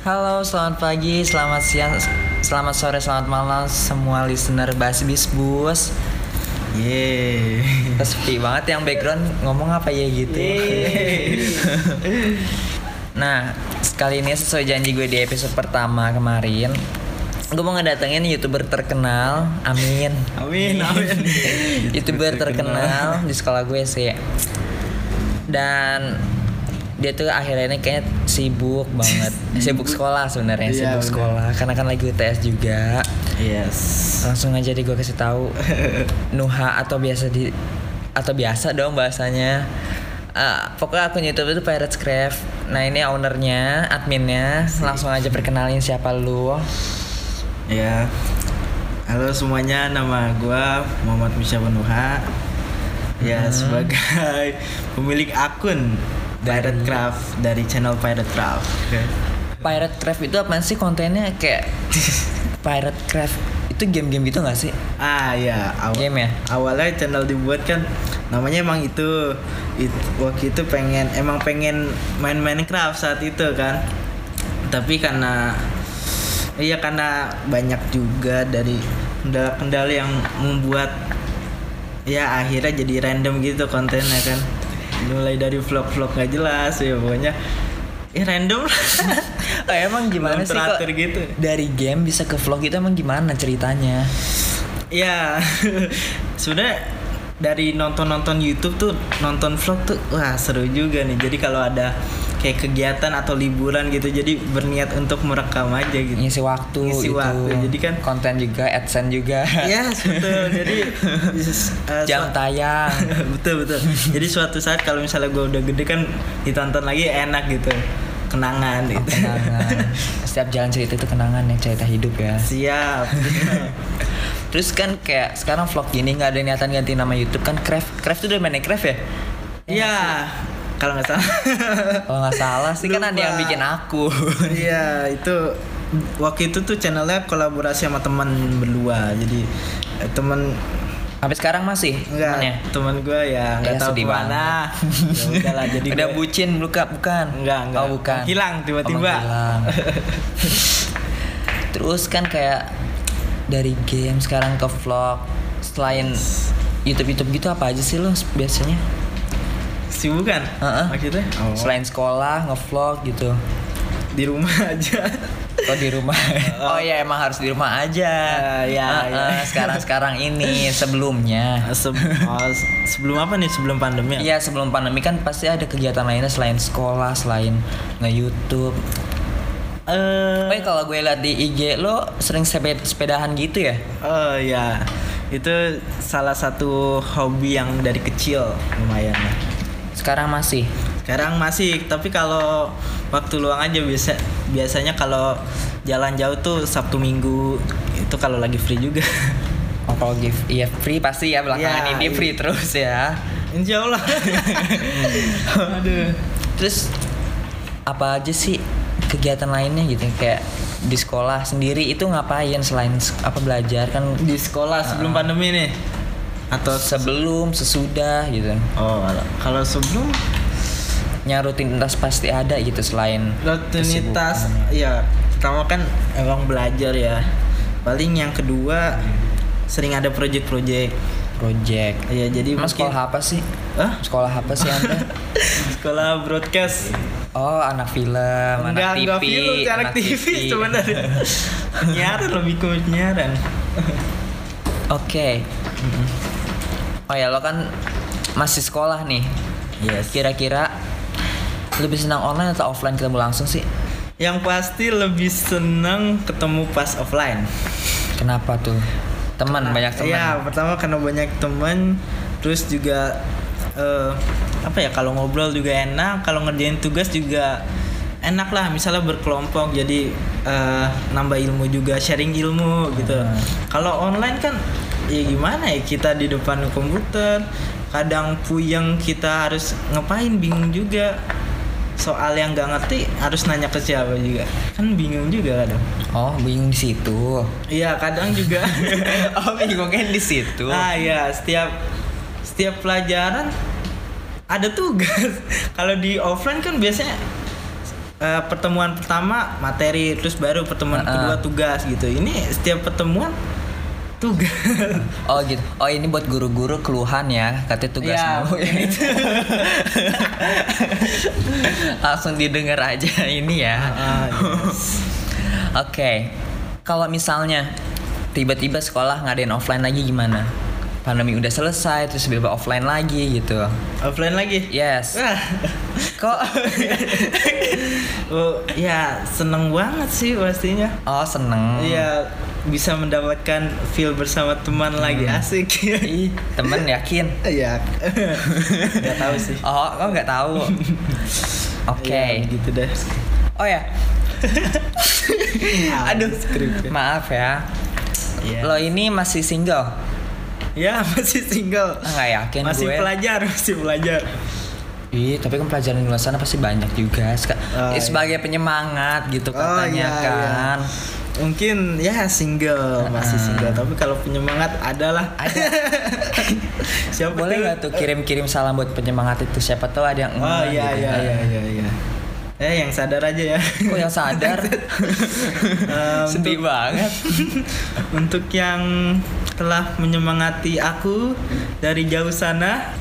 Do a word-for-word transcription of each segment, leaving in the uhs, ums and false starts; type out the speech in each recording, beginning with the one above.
Halo, selamat pagi, selamat siang, selamat sore, selamat malam semua listener Basbis Bus. Yeay. Terus sepi banget yang background ngomong apa ya gitu. Nah, sekali ini sesuai janji gue di episode pertama kemarin, gue mau ngedatengin YouTuber terkenal. Amin. Amin, amin. YouTuber terkenal di sekolah gue sih. Dan dia tuh akhirnya ini kayak sibuk banget. Sibuk sekolah sebenarnya, Iya, sibuk bener. sekolah karena kan lagi U T S juga. Yes. Langsung aja deh gue kasih tahu. Nuha atau biasa di atau biasa dong bahasanya. Uh, pokoknya akun YouTube itu Pirates Craft. Nah, ini ownernya, adminnya. Langsung aja perkenalin siapa lu. Ya. Halo semuanya, nama gue Muhammad Misyaban Nuha. Ya, Hmm. sebagai pemilik akun Pirate Dari- Craft dari channel Pirate Craft. Pirate Craft itu apa sih kontennya kayak Pirate Craft itu game-game gitu nggak sih? Ah ya, aw- Game ya? awalnya channel dibuat kan namanya emang itu. It, waktu itu pengen emang pengen main Minecraft saat itu kan. Tapi karena iya karena banyak juga dari kendala-kendala yang membuat ya akhirnya jadi random gitu kontennya kan. Mulai dari vlog-vlog gak jelas ya pokoknya ya random lah. Oh, emang gimana Belum sih kok teratur gitu. dari game bisa ke vlog itu emang gimana ceritanya? Ya sebenarnya dari nonton-nonton YouTube tuh nonton vlog tuh wah seru juga nih. Jadi kalau ada kayak kegiatan atau liburan gitu jadi berniat untuk merekam aja gitu. Ngisi waktu Ngisi itu. waktu. Jadi kan konten juga, AdSense juga. ya betul. Jadi uh, Jam su- tayang. betul betul. Jadi suatu saat kalau misalnya gue udah gede kan ditonton lagi enak gitu. Kenangan gitu. Kenangan. Setiap jalan cerita itu kenangan ya, cerita hidup ya. Siap. Terus kan kayak sekarang vlog gini nggak ada niatan ganti nama YouTube kan. Craft Craft itu udah main Craft ya? Iya. Kalau nggak salah. Kalau nggak salah sih kan ada yang Lupa. bikin aku. Iya, itu waktu itu tuh channelnya kolaborasi sama teman berdua. Jadi eh, teman Sampai sekarang masih enggak temennya? teman gue ya Ya, nggak tahu sedih kemana. Ya udahlah jadi Udah gue- bucin bukan bukan? Enggak, enggak. Oh, bukan. Hilang tiba-tiba. Oh, menghilang. Terus kan kayak dari game sekarang ke vlog. Selain YouTube-YouTube gitu apa aja sih lo biasanya? Sibuk kan? Heeh. Maksudnya? Oh, Selain sekolah, nge-vlog gitu. di rumah aja. Oh, di rumah. Oh iya, emang harus di rumah aja. Eh, ya, Heeh, ya. Sekarang-sekarang ini sebelumnya. Se- oh, se- sebelum apa nih? Sebelum pandemi ya? Iya, sebelum pandemi kan pasti ada kegiatan lainnya selain sekolah, selain nge-YouTube. Eh, Oh, kalau gue liat di I G lo sering seped- sepedahan gitu ya? oh ya. Itu salah satu hobi yang dari kecil lumayan lah. Sekarang masih. Sekarang masih, tapi kalau waktu luang aja biasa biasanya kalau jalan jauh tuh Sabtu Minggu itu kalau lagi free juga. Oh, kalau give iya free pasti ya belakangan Ya, ini iya. free terus ya. Insya Allah. Aduh. Terus apa aja sih kegiatan lainnya gitu kayak di sekolah sendiri itu ngapain selain s- apa belajar kan Di sekolah sebelum pandemi nih atau sebelum sesudah gitu. oh kalau- kalau sebelum Nya rutinitas pasti ada gitu selain rutinitas kesibukan. ya pertama kan emang belajar ya. Paling yang kedua sering ada project-project. project. Ya jadi Emang mungkin sekolah apa sih? Hah? Sekolah apa sih Anda? Sekolah broadcast. Oh, anak film, Enggak, anak T V, enggak film, anak T V sebenarnya. Penyiaran lebih ke penyiaran. Oke. Oh ya, lo kan masih sekolah nih. Yes. Kira-kira lebih senang online atau offline ketemu langsung sih? Yang pasti lebih seneng ketemu pas offline. Kenapa tuh? Teman, banyak teman. Iya, pertama karena banyak teman, terus juga eh, apa ya kalau ngobrol juga enak, kalau ngerjain tugas juga enak lah. Misalnya berkelompok, jadi eh, nambah ilmu juga, sharing ilmu gitu. Hmm. Kalau online kan, ya gimana ya kita di depan komputer, kadang puyeng kita harus ngapain bingung juga. Soal yang nggak ngerti harus nanya ke siapa juga, kan bingung juga kadang. Oh, bingung di situ. Iya kadang juga. Oh, bingungnya di situ. Ah ya, setiap setiap pelajaran ada tugas. Kalau di offline kan biasanya uh, pertemuan pertama materi, terus baru pertemuan Uh-uh. kedua tugas gitu. Ini setiap pertemuan tugas. Oh gitu. Oh ini buat guru-guru keluhan ya, katanya tugas Ya, mulu. mungkin itu. Langsung didengar aja ini ya. Ah, yes. Oke. Kalau misalnya tiba-tiba sekolah ngadain offline lagi gimana? Pandemi udah selesai terus tiba-tiba offline lagi gitu. Offline lagi? Yes. Wah. Kok Oh, ya seneng banget sih pastinya. Oh, seneng. Iya, bisa mendapatkan feel bersama teman lagi, asik. Ih, temen yakin? Iya. Enggak tahu sih. Oh, kok nggak tahu. Oke. Ya, gitu deh. Oh ya. Aduh, skrip. maaf ya. Iya. Lo ini masih single? Ya, masih single. Ah, nggak yakin Masih gue. pelajar, masih pelajar. Ih, tapi kan pelajaran di luar sana pasti banyak juga. Seka- Oh, eh, iya. sebagai penyemangat gitu katanya iya, kan. iya. Mungkin ya single, masih Uh-uh. single, tapi kalau penyemangat adalah Ada. siapa Boleh tuh? nggak tuh kirim-kirim salam buat penyemangat itu? Siapa tahu ada yang Oh enggak iya gitu iya kan. iya iya iya. Eh yang sadar aja ya. Kok yang sadar? Eh, Sedih untuk- banget. Untuk yang telah menyemangati aku dari jauh sana,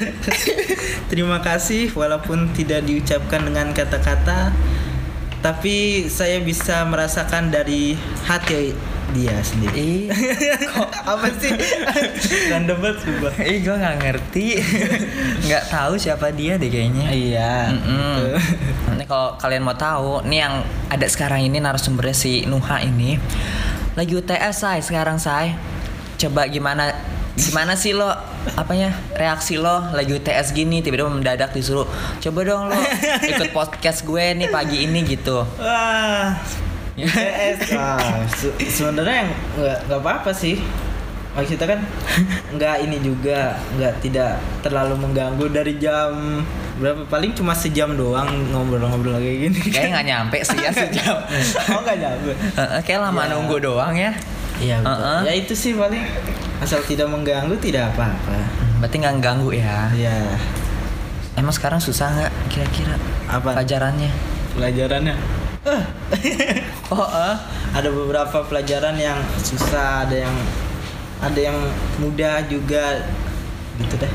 terima kasih walaupun tidak diucapkan dengan kata-kata, tapi saya bisa merasakan dari hati dia sendiri. Ih, kok Apa sih? Random banget sumpah. Ih, gue nggak ngerti, nggak tahu siapa dia deh kayaknya. Iya. Mm-mm. Ini kalau kalian mau tahu, nih yang ada sekarang ini narasumbernya si Nuha ini lagi U T S say sekarang say. Coba gimana gimana sih lo apanya reaksi lo lagi U T S gini tiba-tiba mendadak disuruh coba dong lo ikut podcast gue nih pagi ini gitu. Wah. U T S. Wah, se- sebenarnya yang nggak nggak apa-apa sih. Maksudnya kan nggak ini juga nggak tidak terlalu mengganggu dari jam berapa, paling cuma sejam doang ngobrol-ngobrol kayak gini. Kayaknya nggak nyampe sih ya sejam. Oh nggak nyampe. Heeh, kayak lama Ya. nunggu doang ya. Iya betul. Uh-uh. Ya itu sih paling asal tidak mengganggu tidak apa-apa. Berarti nggak ganggu ya. Iya. Emang sekarang susah nggak kira-kira Apa? pelajarannya? Pelajarannya. Eh. Oh, eh. Ada beberapa pelajaran yang susah, ada yang ada yang mudah juga gitu deh.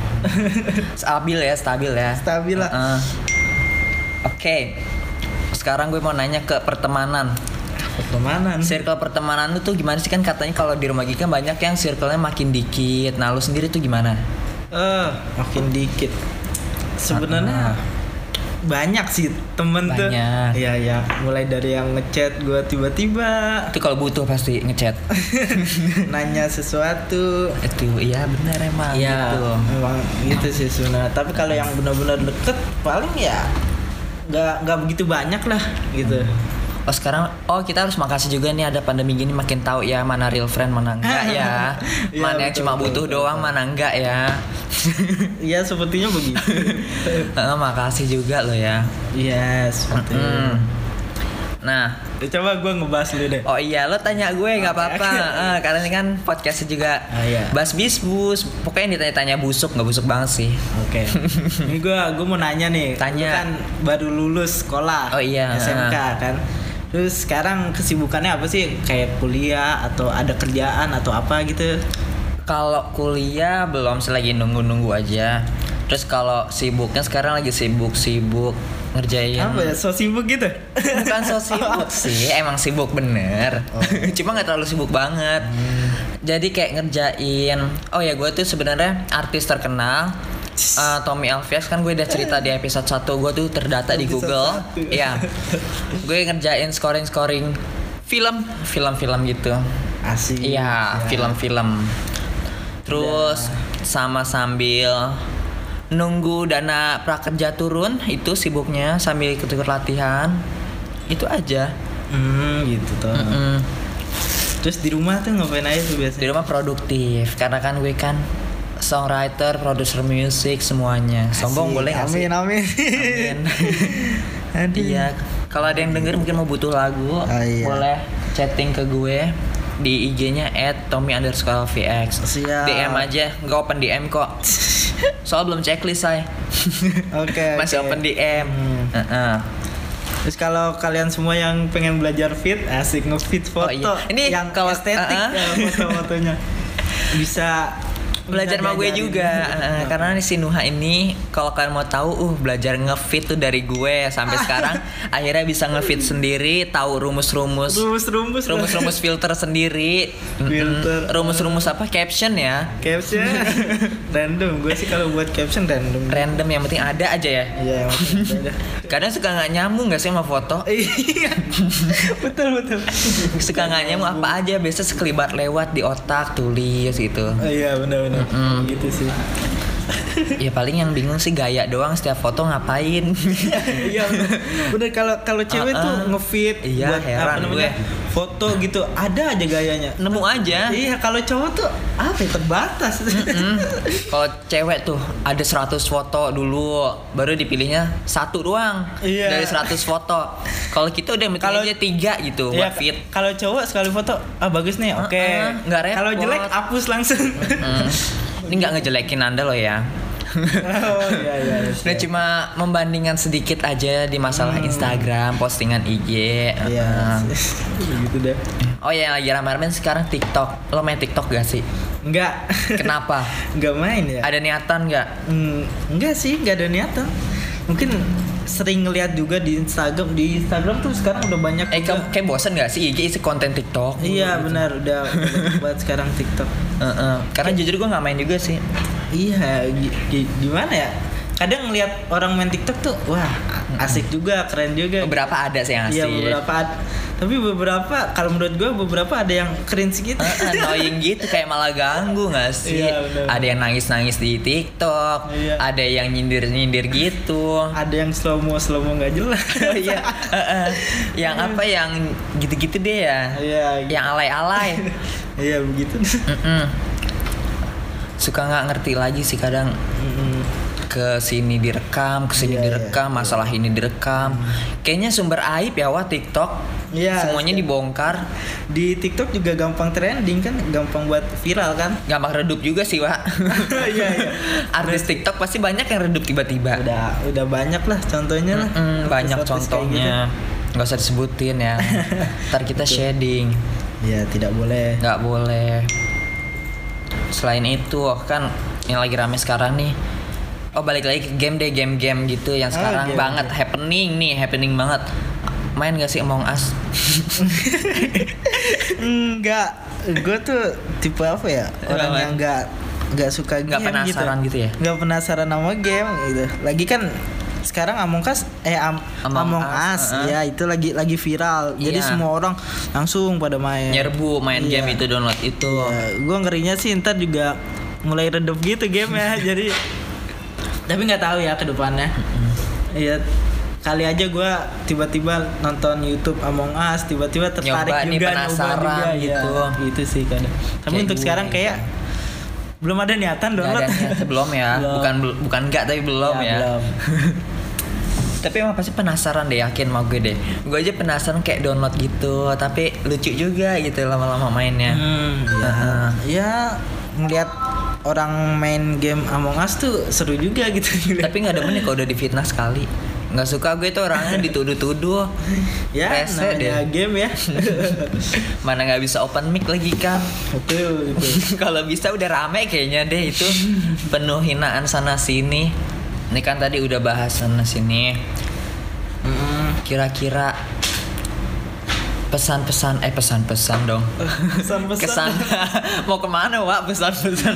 Stabil ya, stabil ya. Stabil lah. Heeh. Oke. Sekarang gue mau nanya ke pertemanan. Pertemanan. Circle pertemanan lu tuh gimana sih, kan katanya kalau di rumah Gika banyak yang circle-nya makin dikit. Nah, lu sendiri tuh gimana? Eh, makin dikit. Sebenarnya banyak sih temen tuh. Banyak. Iya ya, mulai dari yang ngechat gua tiba-tiba Itu kalau butuh pasti ngechat. nanya sesuatu. Itu iya benar emang Iya, gitu. memang gitu sih sebenarnya. Tapi kalau yang benar-benar deket paling ya nggak nggak begitu banyak lah gitu. Oh sekarang, oh kita harus makasih juga nih ada pandemi gini makin tahu ya mana real friend mana enggak ya. Iya, Mana yang betul, cuma betul, butuh betul, doang betul. mana enggak ya. Iya sepertinya begitu. Heeh, makasih juga lo ya. Iya seperti. Mm. Nah, Coba gue ngebahas dulu deh. oh iya lo tanya gue nggak apa-apa. Eh, karena ini kan podcastnya juga Ah, iya. bas bisbus. Pokoknya yang ditanya-tanya busuk nggak busuk banget sih. Oke. Ini gue gue mau nanya nih. Tanya. Lu kan baru lulus sekolah. Oh, iya. S M K kan. Terus sekarang kesibukannya apa sih? Kayak kuliah atau ada kerjaan atau apa gitu? Kalau kuliah belum sih, lagi nunggu-nunggu aja. Terus kalau sibuknya sekarang lagi sibuk-sibuk ngerjain. Apa ya? So sibuk gitu? Bukan so sibuk sih, emang sibuk bener. Oh. Cuma nggak terlalu sibuk banget. Hmm. Jadi kayak ngerjain. Oh ya, gue tuh sebenarnya artis terkenal. Uh, Tommy Elvias, kan gue udah cerita di episode satu. Gue tuh terdata di Episode Google. satu. Iya. Gue ngerjain scoring-scoring film, film-film gitu. Asik. Iya, Ya. film-film. Terus sama sambil nunggu dana prakerja turun, itu sibuknya sambil ikut-ikut latihan. Itu aja. Hmm, gitu tuh. Mm-mm. Terus di rumah tuh ngapain aja tuh biasanya? Di rumah produktif karena kan gue kan songwriter, produser musik semuanya. Sombong Asik. boleh nggak sih? Amin, amin. Amin. Aduh. Iya, kalau ada yang denger mungkin mau butuh lagu, Ah, iya. boleh chatting ke gue di I G-nya at tommy underscore vx. Siap. D M aja, nggak open D M kok. Soal belum checklist saya. Oke. Masih oke. open D M. Hmm. Heeh. Terus kalau kalian semua yang pengen belajar fit, asik ngefit foto. Oh, iya. Ini yang kalau- estetik uh-uh. ya foto-fotonya. Bisa Belajar sama gue diajarin. juga. Uh, karena si Nuha ini kalau kalian mau tahu uh belajar ngefit tuh dari gue sampai sekarang akhirnya bisa ngefit sendiri, tahu rumus-rumus Rumus-rumus lah. rumus-rumus filter sendiri. Filter. Mm-mm. Rumus-rumus apa caption ya. Caption random. Gue sih kalau buat caption random. Random yang penting ada aja ya. Iya, yang penting ada. Kadang suka nggak nyambung nggak sih sama foto? Iya. Betul betul. Suka nggak nyambung apa aja, biasa sekelibat lewat di otak tulis gitu. Oh, iya benar-benar. Mm-mm. Gitu sih. Ya paling yang bingung sih gaya doang, setiap foto ngapain. Iya bener. Bener kalau kalau cewek Uh-uh. tuh ngefit Iya, buat heran apa namanya, gue. foto gitu ada aja gayanya. Nemu aja. Iya kalau cowok tuh apa ya, terbatas. Mm. Kalau cewek tuh ada seratus foto dulu, baru dipilihnya satu doang Iya. dari seratus foto. Kalau kita udah penting Kalau- aja tiga gitu Iya, buat fit. kalau cowok sekali foto ah bagus nih, oke. Uh-uh, nggak repot. Kalau jelek hapus langsung. Mm. Ini nggak ngejelekin Anda loh ya. Oh iya iya. iya. Ini cuma membandingkan sedikit aja di masalah Hmm. Instagram, postingan I G. Iya. Uh-uh. Begitu deh. Oh ya, lagi rame-rame sekarang TikTok. Lo main TikTok gak sih? Enggak. Kenapa? Enggak main ya? Ada niatan nggak? Hmm, enggak sih, enggak ada niatan. Mungkin sering ngeliat juga di Instagram. Di Instagram tuh sekarang udah banyak Eh, juga. kamu kayak bosen gak sih I G isi konten TikTok? Iya benar, udah, udah banyak banget sekarang TikTok. Heeh. Karena jujur gue nggak main juga sih. Iya, gi- gi- gimana ya? Kadang ngeliat orang main TikTok tuh, wah asik juga, keren juga. Beberapa ada sih yang Iya asik. beberapa, ad- tapi beberapa kalau menurut gue beberapa ada yang cringe gitu. Heeh, annoying gitu, kayak malah ganggu nggak sih? Iya, bener. Ada yang nangis-nangis di TikTok, Iya. ada yang nyindir-nyindir gitu. Ada yang slow mo slow mo nggak jelas. Iya. Heeh. Yang apa yang gitu-gitu deh ya? Iya. Yang alay-alay. Iya begitu. Mm-mm. Suka nggak ngerti lagi sih kadang. Mm-mm. Ke sini direkam, ke sini Iya, direkam, iya. masalah ini direkam. Kayaknya sumber aib ya wah TikTok. Iya. Semuanya dibongkar. Di TikTok juga gampang trending kan, gampang buat viral kan. Gampang redup juga sih, Wak. Iya iya. Artis TikTok pasti banyak yang redup tiba-tiba. Udah udah banyak lah contohnya lah. Mm, banyak Artis-artis kayak contohnya. Nggak usah disebutin ya. Ntar kita shading. gitu. Ya tidak boleh. Nggak boleh. Selain itu kan yang lagi rame sekarang nih. Oh balik lagi ke game deh, game-game gitu yang Oh, sekarang game, banget game. happening nih, happening banget. Main gak sih Among Us? Enggak, gue tuh tipe apa ya, orang Apa? yang enggak enggak suka game Nggak penasaran gitu ya? Enggak penasaran sama game gitu. Lagi kan sekarang Among Us eh Am- Among Among, Us, Us, uh-uh. ya itu lagi lagi viral. Jadi Iya. semua orang langsung pada main. Nyerbu main Iya. game itu, download itu. Ya, gue ngerinya sih ntar juga mulai redup gitu game ya. Jadi tapi nggak tahu ya ke depannya. Iya. Kali aja gue tiba-tiba nonton YouTube Among Us, tiba-tiba tertarik Nyoba nih, juga, penasaran nyoba juga, gitu. Ya, gitu sih kadang. Tapi Kayak untuk gue. sekarang kayak belum ada niatan Nggak download. ada niatnya, belum ya. Belum. Bukan bel- bukan enggak tapi belum ya. belum. Tapi emang pasti penasaran deh, yakin mau gue deh. Gue aja penasaran kayak download gitu, tapi lucu juga gitu lama-lama mainnya. Hmm, ya. Heeh. Ya ngelihat orang main game Among Us tuh seru juga gitu. Tapi nggak demen nih kalau udah difitnah sekali. Nggak suka gue tuh orangnya dituduh-tuduh. ya Rese namanya deh. game ya. Mana nggak bisa open mic lagi kan. Betul, betul. Kalau bisa udah rame kayaknya deh itu. Penuh hinaan sana sini. Ini kan tadi udah bahas sana sini. Mm-mm. Kira-kira pesan-pesan eh pesan-pesan dong. Pesan-pesan. Kesan mau kemana Wak pesan-pesan.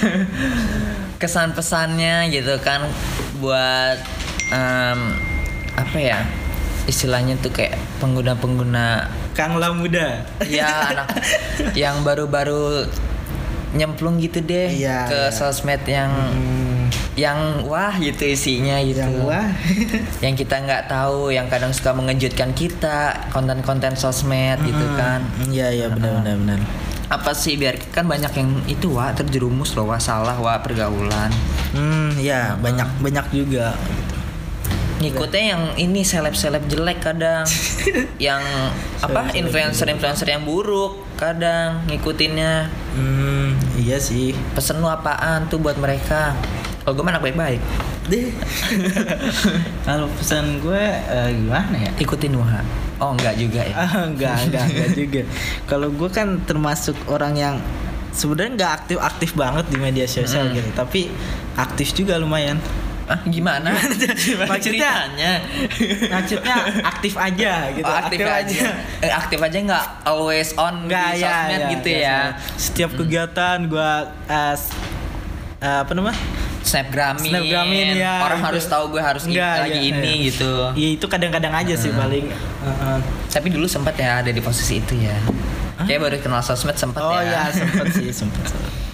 Kesan-pesannya gitu kan buat em, apa ya istilahnya tuh kayak pengguna-pengguna Kang La Muda. ya anak yang baru-baru nyemplung gitu deh Iya, ke iya. sosmed yang Hmm, yang wah gitu isinya gitu. yang wah. Yang kita nggak tahu, yang kadang suka mengejutkan kita, konten-konten sosmed gitu kan. Hmm, Iya iya benar benar benar. Apa sih biar kan banyak yang itu wah terjerumus loh wah salah wah pergaulan. Hmm, ya banyak banyak juga. Ngikutnya yang ini seleb-seleb jelek kadang. Yang apa Seleb-seleb influencer-influencer yang buruk kadang ngikutinnya. Hmm, iya sih. Pesen lu apaan tuh buat mereka? Kalau gue mah anak baik-baik. Deh. Kalau pesan gue uh, gimana ya? Ikutin Nuha. Oh enggak juga ya? Ah, enggak, enggak, enggak juga. Kalau gue kan termasuk orang yang sebenarnya nggak aktif-aktif banget di media sosial Mm-hmm. gitu, tapi aktif juga lumayan. Ah gimana? Maksudnya, Ceritanya? maksudnya aktif aja gitu. Oh, aktif, aja. Eh, aktif aja nggak always on Nggak, di ya, sosmed ya, gitu ya, ya? Setiap kegiatan gue uh, uh, apa namanya? Snapgramin, Snapgramin, ya, orang gitu. harus tahu gue harus Nggak, lagi ya, ini ya. gitu. Iya itu kadang-kadang aja sih Hmm. paling. Uh, uh. Tapi dulu sempat ya ada di posisi itu ya. Kayak baru kenal sosmed sempat Oh ya. ya sempat sih sempat.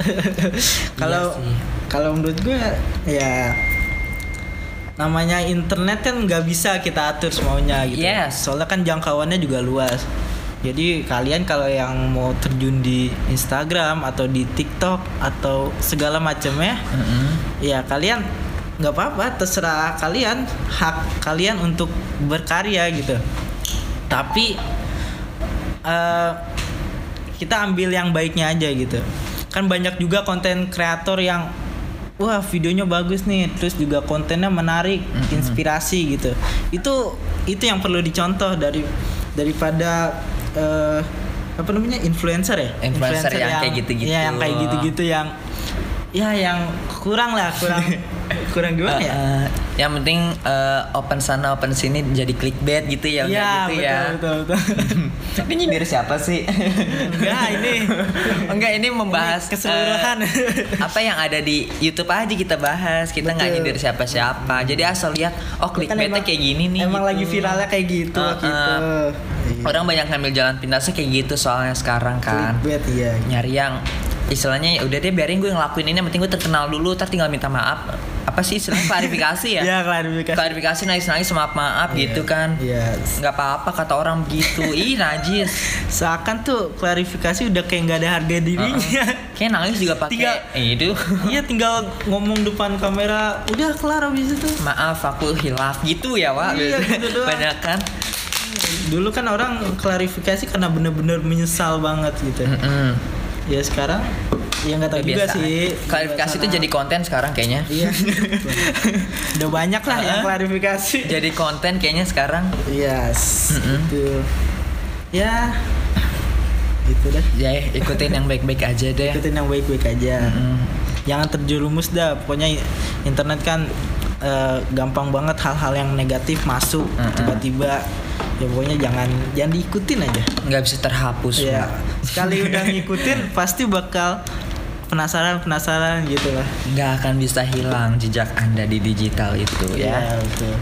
Kalau Iya sih. kalau menurut gue ya namanya internet kan nggak bisa kita atur semaunya gitu. Yes. Soalnya kan jangkauannya juga luas. Jadi kalian kalau yang mau terjun di Instagram atau di TikTok atau segala macamnya, Mm-mm. ya kalian nggak apa-apa, terserah kalian, hak kalian untuk berkarya gitu. Tapi eh, kita ambil yang baiknya aja gitu. Kan banyak juga konten kreator yang wah videonya bagus nih, terus juga kontennya menarik, Mm-hmm. inspirasi gitu. Itu itu yang perlu dicontoh dari daripada eh, apa namanya influencer ya? Influencer yang kayak gitu-gitu. Ya, yang kayak gitu-gitu yang ya yang kurang lah, kurang kurang gimana ya? Uh, uh, yang penting uh, open sana open sini jadi clickbait gitu ya, Iya, gitu betul, ya. betul, betul. Ini nyindir siapa sih? Enggak, ini enggak ini membahas Ini keseluruhan. uh, apa yang ada di YouTube aja kita bahas. Kita nggak Betul. nyindir siapa-siapa. Jadi asal lihat oh Kan clickbaitnya emang- kayak gini nih. Emang gitu. lagi viralnya kayak gitu, Uh, uh. gitu. Iya. Orang banyak ngambil jalan pintasnya kayak gitu soalnya sekarang kan. Clickbait iya. Nyari yang istilahnya ya udah deh biarin gue ngelakuin ini, yang penting gue terkenal dulu, ntar tinggal minta maaf. Apa sih istilahnya klarifikasi ya? Iya, klarifikasi. Klarifikasi nangis-nangis maaf maaf Iya. gitu kan. Iya. Nggak apa-apa kata orang begitu. Ih najis. Seakan tuh klarifikasi udah kayak nggak ada harga dirinya. Uh-uh. Kayak nangis juga pakai Tinggal- eh, itu. Iya, tinggal ngomong depan kamera udah kelar habis itu. Maaf aku hilaf gitu ya Wak. Iya, gitu doang. Banyak kan. Dulu kan orang klarifikasi karena bener-bener menyesal banget gitu. Mm-mm. Ya sekarang ya nggak tahu Udah juga biasa. sih. Klarifikasi itu Sana- jadi konten sekarang kayaknya. Iya. Udah banyak lah yang Uh-uh. klarifikasi. Jadi konten kayaknya sekarang. Yes. Mm-mm. Gitu. Ya. Gitu deh. Ya ikutin yang baik-baik aja deh. Ikutin yang baik-baik aja. Mm-mm. Jangan terjerumus dah. Pokoknya internet kan eh, gampang banget hal-hal yang negatif masuk Mm-mm. tiba-tiba. Ya pokoknya jangan jangan diikutin aja. Nggak bisa terhapus. Ya. Wak. Sekali udah ngikutin pasti bakal penasaran-penasaran gitu lah. Nggak akan bisa hilang jejak Anda di digital itu ya. Ya, betul.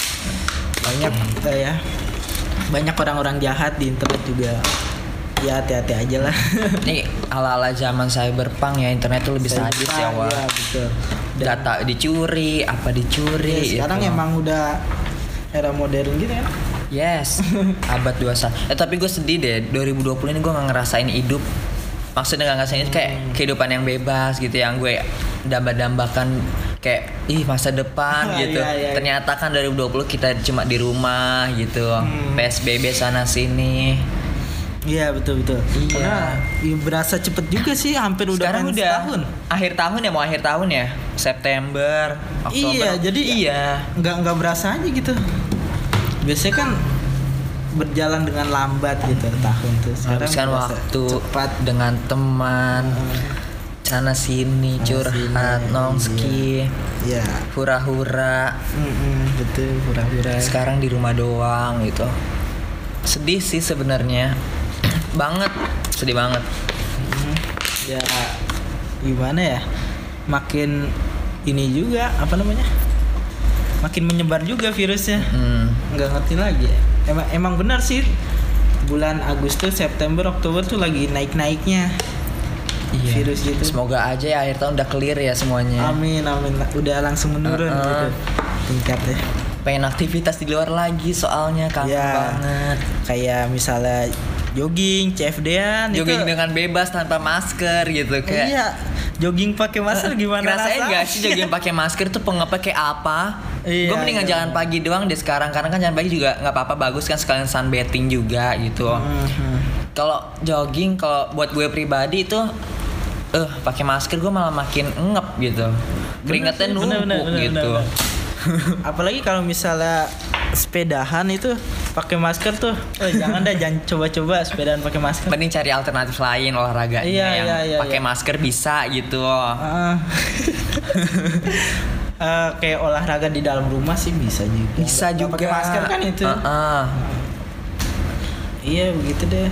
Banyak eh, ya. Banyak orang-orang jahat di internet juga. Ya hati-hati aja lah. Ini ala-ala zaman cyberpunk ya, internet tuh lebih sadis ya, Wak. Ya, betul. Dan- Data dicuri, apa dicuri Ya, sekarang gitu. emang udah era modern gitu ya. Yes, abad dua puluh satu. Eh tapi gue sedih deh, dua ribu dua puluh ini gue gak ngerasain hidup. Maksudnya gak ngerasain itu kayak kehidupan yang bebas gitu, yang gue damba-dambakan kayak ih masa depan gitu. Iya, iya, iya. Ternyata kan dua ribu dua puluh kita cuma di rumah gitu, Hmm. P S B B sana sini. Iya betul betul. Iya. Karena ya, berasa cepet juga sih, hampir udah Sekarang pengen udah setahun. akhir tahun ya, mau akhir tahun ya, September, Oktober. Iya, jadi iya. nggak nggak berasa aja gitu. Biasanya kan berjalan dengan lambat gitu tahun tuh. Sekarang Habiskan berasa waktu cepat. dengan teman, sana sini Sana curhat, sini, nongski, Iya. hura-hura. Mm-mm, betul hura-hura. Sekarang di rumah doang gitu. Sedih sih sebenarnya. Banget, sedih banget. Hmm, ya gimana ya, makin ini juga apa namanya, makin menyebar juga virusnya. Hmm. Nggak ngerti lagi. Emang emang benar sih, bulan Agustus, September, Oktober tuh lagi naik-naiknya Iya. virus gitu. Semoga aja ya akhir tahun udah clear ya semuanya. Amin amin, udah langsung menurun Uh-uh. gitu tingkatnya. Pengen aktivitas di luar lagi soalnya kangen Ya. banget. Kayak misalnya jogging, C F D-an Jogging itu. dengan bebas tanpa masker gitu kayak. Iya, jogging pakai masker gimana Ngerasain rasanya? gak sih jogging pakai masker tuh pengapa kayak apa? Iya, Gue mendingan iya. jalan pagi doang deh sekarang, karena kan jalan pagi juga nggak apa-apa, bagus kan sekalian sunbathing juga gitu. Mhm. Kalau jogging, kalau buat gue pribadi itu eh pakai masker gue malah makin ngep gitu, keringetnya sih, numpuk bener, bener, bener, gitu. bener. Apalagi kalau misalnya sepedahan itu pakai masker tuh, oh, jangan dah, jangan coba-coba sepedahan pakai masker. Mending cari alternatif lain olahraganya Iya, yang iya, iya, pakai iya. masker bisa gitu. Ah. Eh, kayak olahraga di dalam rumah sih bisa juga. Bisa Nggak juga. pakai masker kan itu. Uh-uh. Iya begitu deh.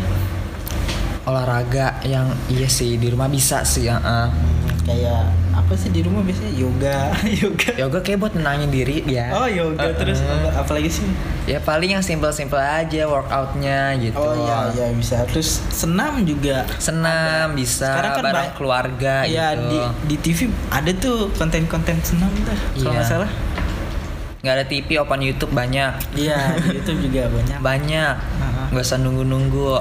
Olahraga yang iya sih di rumah bisa sih. Uh-uh. Kayak apa sih di rumah biasanya yoga, yoga. Yoga kayak buat nenangin diri ya. Oh yoga Uh-uh. terus apa, apalagi sih? Ya paling yang simple-simple aja workoutnya gitu. Oh iya iya bisa. Terus senam juga. Senam bisa Sekarang kan bareng banyak- keluarga Iya gitu. di di T V ada tuh konten-konten senam tuh kalau Iya. nggak salah. Nggak ada T V, open YouTube banyak. Iya di YouTube juga banyak. Banyak. Uh-uh. Nggak usah nunggu-nunggu.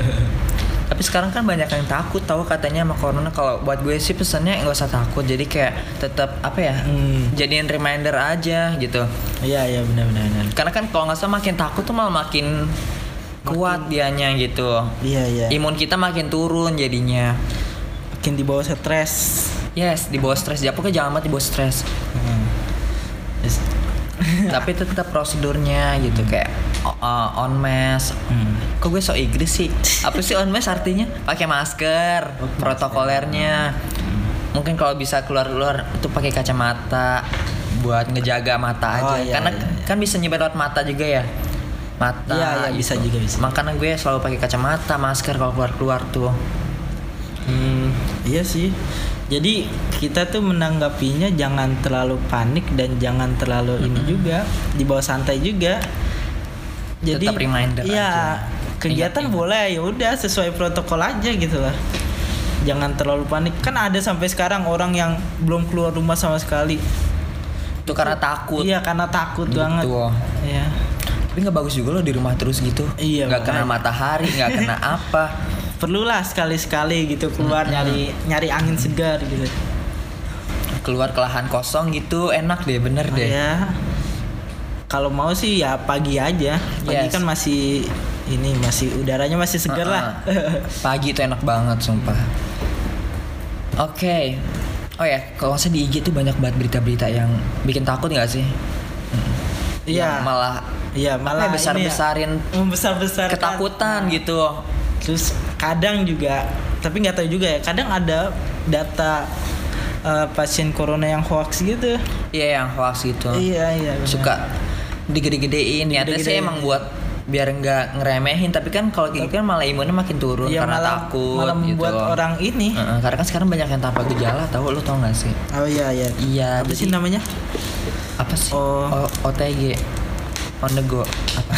Tapi sekarang kan banyak yang takut tahu katanya sama corona. Kalau buat gue sih pesannya nggak usah takut. Jadi kayak tetap apa ya? Hmm. Jadiin reminder aja gitu. Iya iya benar-benar. benar. Karena kan kalau nggak salah makin takut tuh malah makin kuat dianya gitu. Iya iya. Imun kita makin turun jadinya. Makin di bawah stres. Yes, di bawah stres. Ya pokoknya jangan banget di bawah stres. Hmm. Yes. Tapi tetap prosedurnya gitu kayak uh, on mask. Hmm. Kok gue so Inggris sih? Apa sih on mask artinya? Pakai masker, Oh, protokolernya. Mungkin kalau bisa keluar-keluar itu pakai kacamata buat ngejaga mata aja. Oh, iya, Karena iya, iya. kan bisa nyebar lewat mata juga ya. Mata. Iya, iya, bisa juga, bisa. Makanya gue selalu pakai kacamata, masker kalau keluar-keluar tuh. Hmm, iya sih. Jadi kita tuh menanggapinya jangan terlalu panik dan jangan terlalu ini juga, dibawa santai juga. Jadi Tetap reminder iya, aja. kegiatan Ingat-ingat. boleh ya udah sesuai protokol aja gitu lah. Jangan terlalu panik. Kan ada sampai sekarang orang yang belum keluar rumah sama sekali. Itu karena takut. Iya, karena takut Gitu. banget. Iya. Tapi nggak bagus juga loh di rumah terus gitu. Iya, Nggak kena makanya. matahari, nggak kena apa. Perlulah sekali-sekali gitu keluar Mm-mm. nyari nyari angin segar gitu. Keluar ke lahan kosong gitu enak deh, bener deh. Ya. Kalau mau sih ya pagi aja. Pagi Yes. kan masih ini masih udaranya masih segar lah. Uh-uh. Pagi itu enak banget sumpah. Oke. Oh ya, kalau nggak salah di I G tuh banyak banget berita-berita yang bikin takut nggak sih? Iya. Yang malah Iya, malah besar besarin membesar-besar ketakutan gitu. Terus kadang juga, tapi nggak tahu juga ya. Kadang ada data eh, pasien corona yang hoax gitu. Iya yang hoax gitu. Iya iya. benar. Suka digede-gedein. Niatnya sih Digede-gedein. emang buat biar nggak ngeremehin. Tapi kan kalau gitu kan malah imunnya makin turun Iya, karena malah, takut. malah membuat gitu. orang ini. Uh-uh, karena kan sekarang banyak yang tanpa gejala. Tahu lu tau nggak sih? Oh iya iya. Iya. Apa sih jadi- namanya? Apa sih? Oh. O- O T G. On the go. Apa?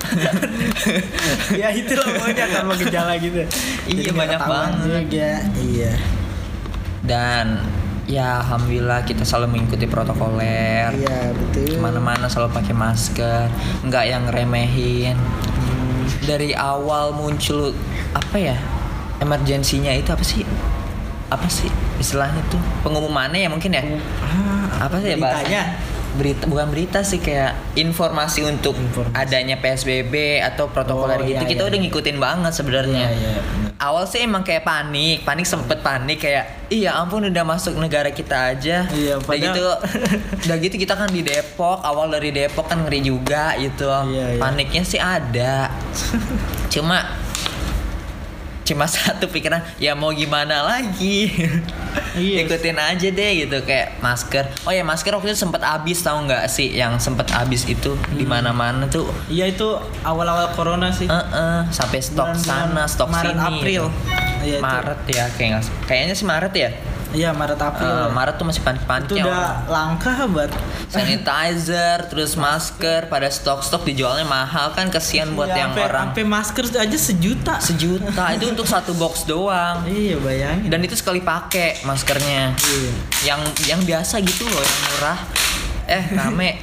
Ya itulah pokoknya tanpa gejala gitu. Iya, Jadi nggak banyak ketahuan banget. juga. Iya. Dan ya alhamdulillah kita selalu mengikuti protokoler. Iya betul. Kemana-mana selalu pakai masker, nggak yang remehin. Hmm. Dari awal muncul apa ya emergensinya itu apa sih? Apa sih istilahnya tuh pengumumannya ya mungkin ya? Ah, Apa sih ya bahasanya? beritanya? Berita bukan berita sih kayak informasi untuk Informasi. adanya P S B B atau protokoler Oh, gitu iya, kita iya, udah iya. ngikutin banget sebenarnya. Iya, iya, benar. Awal sih emang kayak panik, panik sempet panik kayak iya ampun udah masuk negara kita aja. Iya, udah padahal- gitu, udah gitu kita kan di Depok, awal dari Depok kan ngeri juga gitu. Iya, iya. Paniknya sih ada. Cuma cuma satu pikiran ya mau gimana lagi. Iya. Ikutin aja deh gitu kayak masker. Oh ya masker waktu itu sempet habis tahu nggak sih yang sempet habis itu di Hmm. mana-mana tuh. Iya itu awal-awal corona sih. Eh sampai stok Bulan-bulan sana, stok Maret, sini. April. gitu. Iya, itu. Maret ya kayak nggak- kayaknya sih Maret ya. Iya Maret April. Eh, Maret tuh masih itu panik-paniknya. udah orang. langka banget. Sanitizer, terus masker pada stok-stok dijualnya mahal kan kesian buat Iya, yang sampai- orang sampai masker aja sejuta. sejuta itu untuk satu box doang. Iya bayangin. Dan itu sekali pakai maskernya. Iya. Yang yang biasa gitu loh, yang murah. Eh, rame.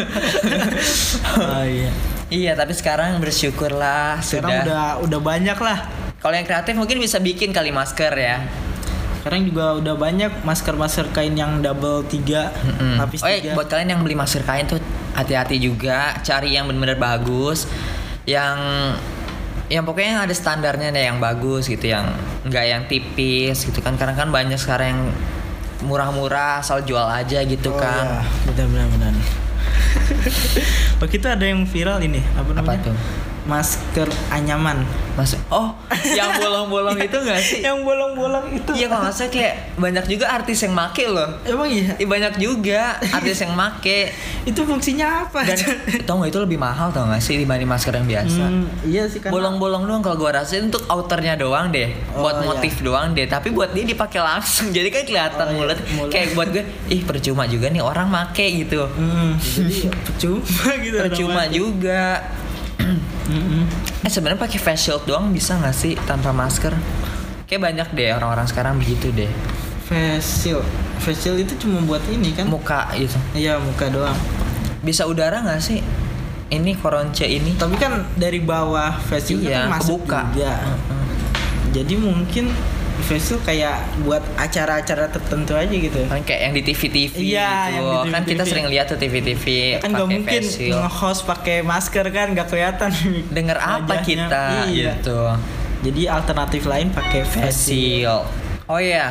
Oh iya. Iya, tapi sekarang bersyukurlah Sekarang sudah. udah udah banyak lah. Kalau yang kreatif mungkin bisa bikin kali masker ya. Sekarang juga udah banyak masker-masker kain yang double tiga, Mm-mm. lapis Oh ya, tiga. buat kalian yang beli masker kain tuh hati-hati juga, cari yang benar-benar bagus, yang yang pokoknya ada standarnya deh, yang bagus gitu, yang nggak yang tipis gitu kan, karena kan banyak sekarang yang murah-murah asal jual aja gitu Oh, kan. iya. Benar-benar benar. Waktu itu ada yang viral ini, apa namanya? Apa tuh? Masker anyaman. Mas, oh, yang bolong-bolong itu nggak sih? Yang bolong-bolong itu. Iya, kalau nggak salah kayak banyak juga artis yang make loh. Emang iya? Ih, banyak juga artis yang make. Itu fungsinya apa? Dan tau nggak, itu lebih mahal tau nggak sih dibanding masker yang biasa. Hmm, iya sih kan. Bolong-bolong doang kalau gua rasain untuk outernya doang deh, Oh, buat iya. motif doang deh. Tapi buat dia dipakai langsung, jadi kan kelihatan Oh, iya, mulut. mulut. Kayak buat gue, ih percuma juga nih orang make gitu. Hmm, jadi percuma gitu. Percuma juga. Mm-mm. Eh sebenarnya pakai face shield doang bisa nggak sih tanpa masker? Kayak banyak deh orang-orang sekarang begitu deh. Face shield. Face shield itu cuma buat ini kan? Muka gitu. Iya, muka doang. Bisa udara nggak sih? Ini koronce ini. Tapi kan dari bawah face shield Iya, kan masuk kebuka. juga. Heeh. Jadi mungkin face shield kayak buat acara-acara tertentu aja gitu. Kan kayak yang di T V T V Iya, gitu. yang di Kan T V T V. kita sering lihat tuh T V T V Kan nggak pakai mungkin face shield. nge-host pakai masker kan, nggak kelihatan. Dengar apa wajahnya. kita Iya. gitu. Jadi alternatif lain pakai face Face shield. shield. Oh iya.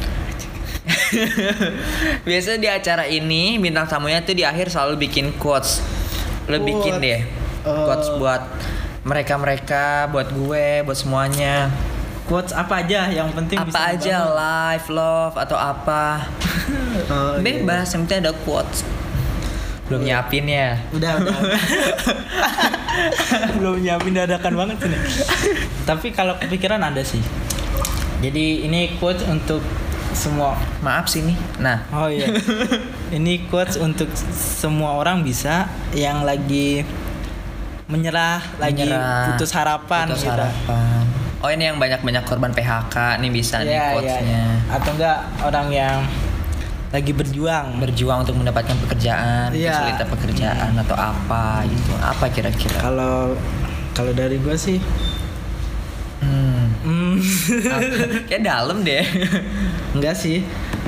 Biasanya di acara ini bintang tamunya tuh di akhir selalu bikin quotes. Lo bikin Quotes. deh Oh. quotes buat mereka-mereka, buat gue, buat semuanya. Quotes apa aja yang penting bisa Apa aja, membangun. life, love atau apa. Oh, iya. Bebas, yang penting ada quotes. Belum nyiapin ya. Udah, udah. Belum nyiapin dadakan banget ini. Tapi kalau kepikiran ada sih. Jadi ini quotes untuk semua. Maaf sini. Nah, Oh iya. Ini quotes untuk semua orang bisa yang lagi menyerah, lagi menyerah, putus harapan putus gitu. harapan. Oh ini yang banyak-banyak korban P H K nih bisa nih Iya, iya, quotesnya. iya. Atau enggak orang yang lagi berjuang. Berjuang untuk mendapatkan pekerjaan, Iya. kesulitan pekerjaan atau apa gitu. Apa kira-kira? Kalau kalau dari gue sih, Hmm. hmm, Apa? Kayak dalam deh. enggak sih.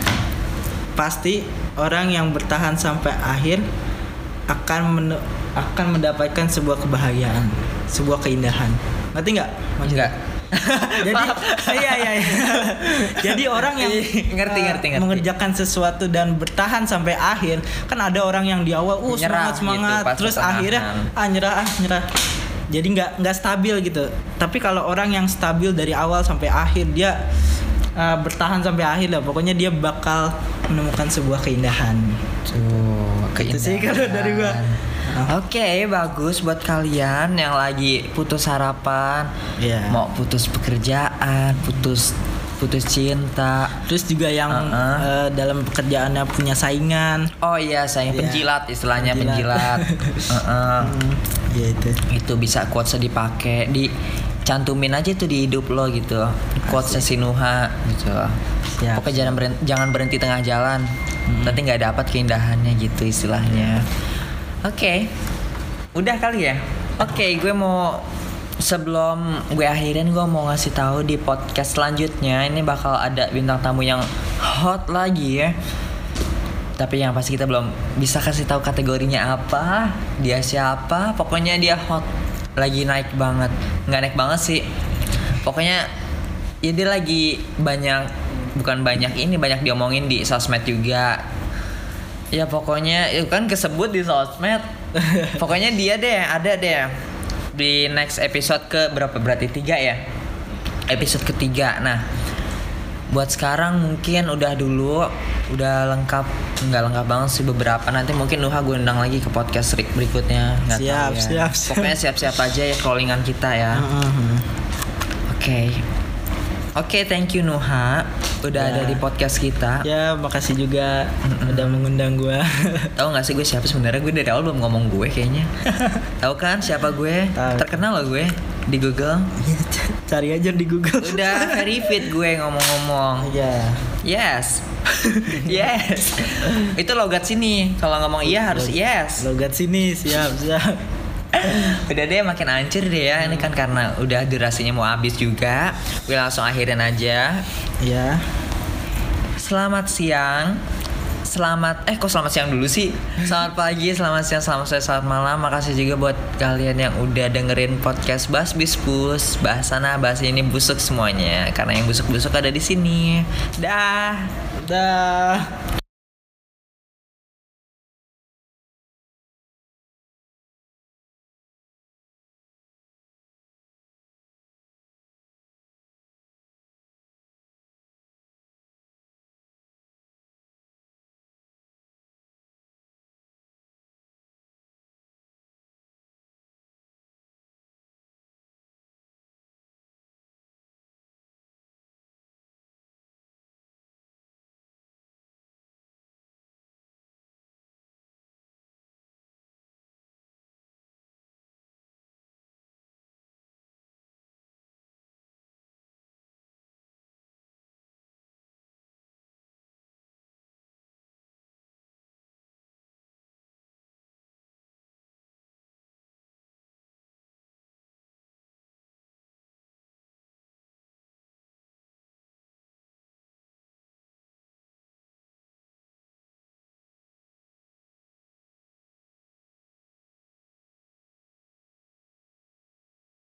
Pasti orang yang bertahan sampai akhir akan men- akan mendapatkan sebuah kebahagiaan, sebuah keindahan. Ngerti nggak? Enggak. Jadi iya iya. iya. Jadi orang yang Ngerti, eh, ngerti, ngerti. mengerjakan sesuatu dan bertahan sampai akhir, kan ada orang yang di awal uh Nyerah semangat semangat gitu pas terus pertengahan. akhirnya ah nyerah ah nyerah. Jadi nggak nggak stabil gitu. Tapi kalau orang yang stabil dari awal sampai akhir, dia eh, bertahan sampai akhir lah. Pokoknya dia bakal menemukan sebuah keindahan. Tuh, Itu sih kalau dari gua. Oke, bagus buat kalian yang lagi putus harapan, Iya. mau putus pekerjaan, putus putus cinta. Terus juga yang Uh-uh. eh, dalam pekerjaannya punya saingan. Oh iya, saya Iya. penjilat istilahnya Penjilat. penjilat. Heeh. Hmm, ya itu. Itu bisa quotesnya dipakai, dicantumin aja tuh di hidup lo gitu. Quotesnya si Nuha gitu. Siap. Pokoknya jangan berhenti, jangan berhenti tengah jalan. Hmm. Nanti nggak dapat keindahannya gitu istilahnya. Oke, udah kali ya. Oke, gue mau sebelum gue akhirin gue mau ngasih tahu di podcast selanjutnya ini bakal ada bintang tamu yang hot lagi ya. Tapi yang pasti kita belum bisa kasih tahu kategorinya apa, dia siapa. Pokoknya dia hot, lagi naik banget. Nggak naik banget sih. Pokoknya ya dia lagi banyak, bukan banyak ini, banyak diomongin di sosmed juga. Ya pokoknya itu kan kesebut di sosmed. Pokoknya dia deh, ada deh di next episode ke berapa, berarti tiga ya? Episode ketiga. Nah, buat sekarang mungkin udah dulu, udah lengkap, nggak lengkap banget sih beberapa. Nanti mungkin Nuha gue undang lagi ke podcast Rick berikutnya. Nggak Siap, tahu ya. siap, siap. Pokoknya siap-siap aja ya callingan kita ya. Heeh. Oke. Oke, thank you Nuha udah Ya. ada di podcast kita. Ya, makasih juga udah mengundang gua. Tahu nggak sih gue siapa sebenarnya? Gue dari awal belum ngomong gue kayaknya. Tahu kan siapa gue? Tahu. Terkenal loh gue di Google. Ya, cari aja di Google. Udah verified gue ngomong-ngomong. Iya. Yes. Yes. Itu logat sini. Kalau ngomong iya harus yes. Logat sini, siap, siap. Udah deh, makin hancur deh ya. Ini kan karena udah durasinya mau habis juga. Gue langsung akhirin aja. Ya. Selamat siang. selamat eh kok selamat siang dulu sih. Selamat pagi, selamat siang, selamat sore, selamat malam. Makasih juga buat kalian yang udah dengerin podcast Bahas Bispus. Bahas sana, bahas ini busuk semuanya. Karena yang busuk-busuk ada di sini. Dah. Dah.